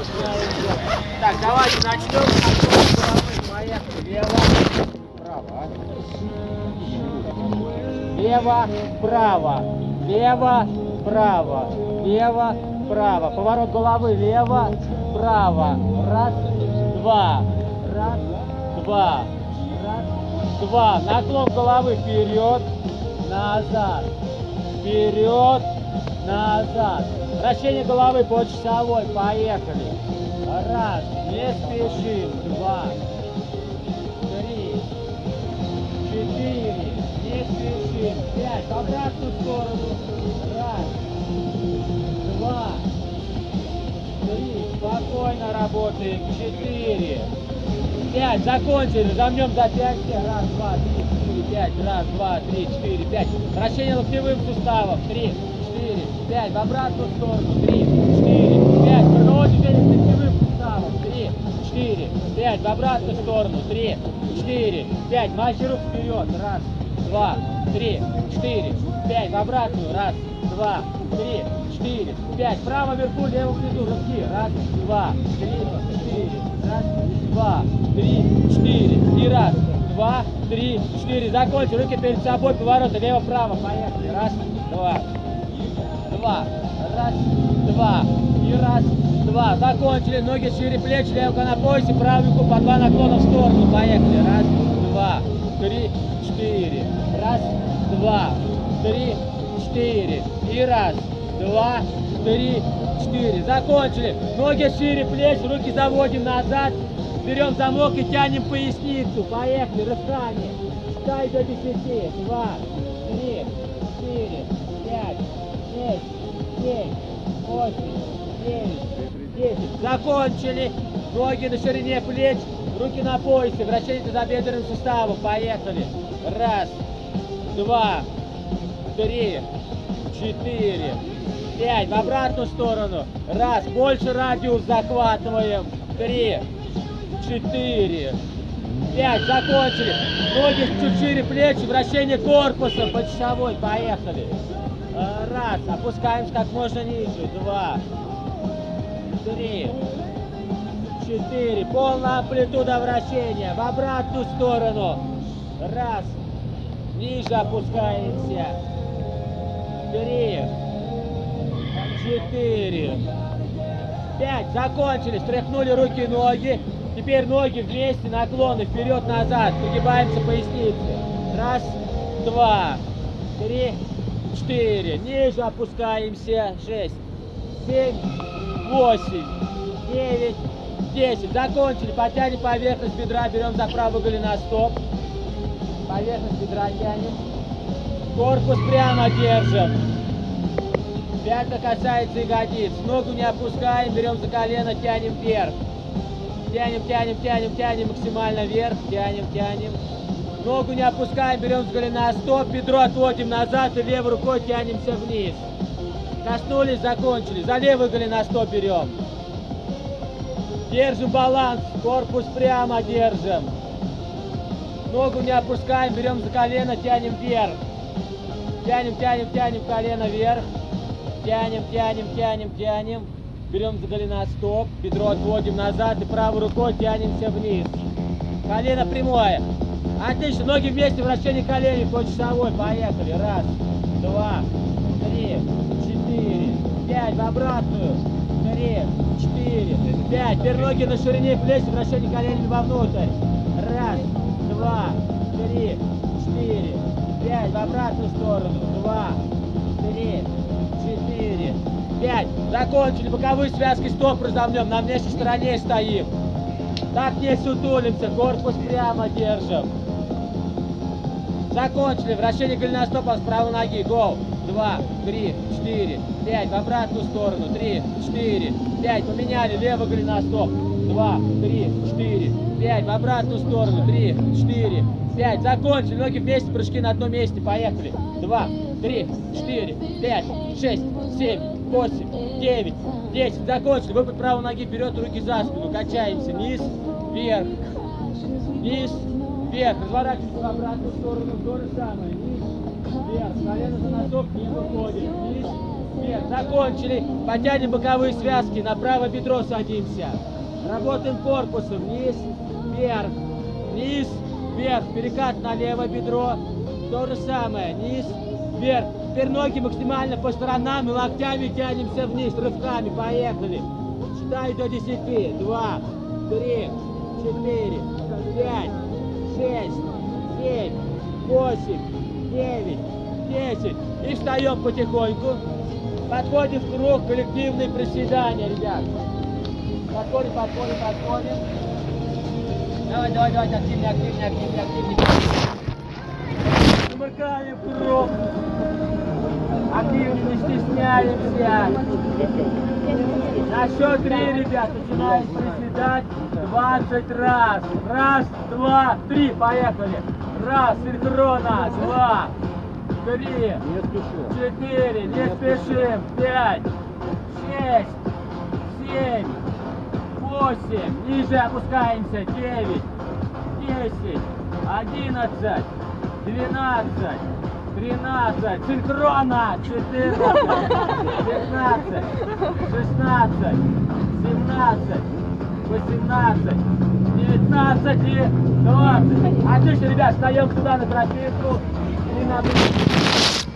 Так, давайте начнем. Поехали. Лево, право. Лево, право. Лево, право. Лево, право. Поворот головы. Лево, право. Раз, два. Раз, два. Раз, два. Наклон головы вперед, назад. Вперед, назад. Вращение головы по часовой. Поехали. Раз. Не спешим. Два. Три. Четыре. Не спешим. Пять. В обратную сторону. Раз. Два. Три. Спокойно работаем. Четыре. Пять. Закончили. Замнем за 5. Раз, два, три, четыре, пять. Раз, два, три, четыре, пять. Вращение локтевым суставом. 3, 4, 5. В обратную сторону. 3, 4, 5. Круговое движение с локтевым суставом. 3, 4, 5. В обратную сторону. 3, 4, 5. Маши рук вперед. Раз, два, три, 4, 5. В обратную. Раз, два, три, 4, 5. Право вверху, лево внизу. Руки. Раз, два, три, 4. Раз, два, три, 4. И раз, два, три, 4. Закончили. Руки перед собой. Повороты. Лево-право. Поехали. Раз, два. Два. Раз, два. И раз, два. Закончили. Ноги шире плеч. Левка на поясе. Правую руку по 2 наклона в сторону. Поехали. Раз, два, три, 4. Раз, два, три, 4. И раз, два, три, 4. Закончили. Ноги шире плеч. Руки заводим назад. Берем замок и тянем поясницу. Поехали. Рывками. Считай до 10. 2, 3, 4, 5, 6, 7, 8, 9, 10. Закончили. Ноги на ширине плеч. Руки на поясе. Вращение тазобедренным суставом. Поехали. Раз, два, три, 4, 5. В обратную сторону. Раз. Больше радиус захватываем. 3, 4, 5. Закончили. Ноги чуть шире плечи. Вращение корпусом по часовой. Поехали. Раз. Опускаемся как можно ниже. 2, 3, 4. Полная амплитуда вращения. В обратную сторону. Раз. Ниже опускаемся. 3, 4, 5. Закончили. Стряхнули руки и ноги. Теперь ноги вместе, наклоны вперед-назад. Прогибаемся поясницей. Раз, два, три, 4. Ниже опускаемся. 6, 7, 8, 9, 10. Закончили. Потянем поверхность бедра. Берем за правый голеностоп. Поверхность бедра тянем. Корпус прямо держим. Пятка касается ягодиц. Ногу не опускаем. Берем за колено, тянем вверх. Тянем, тянем, тянем, тянем максимально вверх. Тянем, тянем. Ногу не опускаем. Берем за голеностоп. Бедро отводим назад и левой рукой тянемся вниз. Коснулись, закончили. За левый голеностоп берем. Держим баланс. Корпус прямо держим. Ногу не опускаем. Берем за колено, тянем вверх. Тянем, тянем, тянем колено вверх. Тянем, тянем, тянем, тянем. Берем за голеностоп. Бедро отводим назад и правой рукой тянемся вниз. Колено прямое. Отлично. Ноги вместе. Вращение коленей по часовой. Поехали. Раз, два, три, 4, 5. В обратную. 3, 4, 5. Теперь ноги на ширине плеч. Вращение коленей вовнутрь. Раз, два, три, 4, 5. В обратную сторону. 2, 3, 4, 5. Закончили. Боковые связки стоп разомнем. На внешней стороне стоим. Так не сутулимся. Корпус прямо держим. Закончили. Вращение голеностопа с правой ноги. Go. 2, 3, 4, 5. В обратную сторону. 3, 4, 5. Поменяли. Левый голеностоп. 2, 3, 4, 5. В обратную сторону. 3, 4, 5. Закончили. Ноги вместе. Прыжки на одном месте. Поехали. 2, 3, 4, 5, 6, 7, 8, 9, 10. Закончили. Выпад правой ноги вперед, руки за спину. Качаемся. Низ, вверх. Низ, вверх. Разворачиваемся в обратную сторону. То же самое. Низ, вверх. Колено за носок не выходит. Низ, Вверх. Закончили. Потянем боковые связки. На правое бедро садимся. Работаем корпусом. Вниз, вверх. Вниз, вверх. Перекат на левое бедро. То же самое. Вниз, вверх. Теперь ноги максимально по сторонам и локтями тянемся вниз. Рывками. Поехали. Считаю до 10. 2, 3, 4, 5, 6, 7, 8, 9, 10. И встаем потихоньку. Подходим в круг, коллективные приседания, ребят. Подходим. Давай, активнее. Замыкаем круг. Активнее, не стесняемся. На счет 3, ребят, начинаем приседать 20 раз. Раз, два, 3, поехали. Раз, синхронно, 2, 3, 4, не спешим, 5, 6, 7, 8, ниже опускаемся, 9, 10, 11, 12, 13, синхронно, 14, 15, 16, 17, 18, 19 и 20. Отлично, ребят, встаем сюда на тропинку и на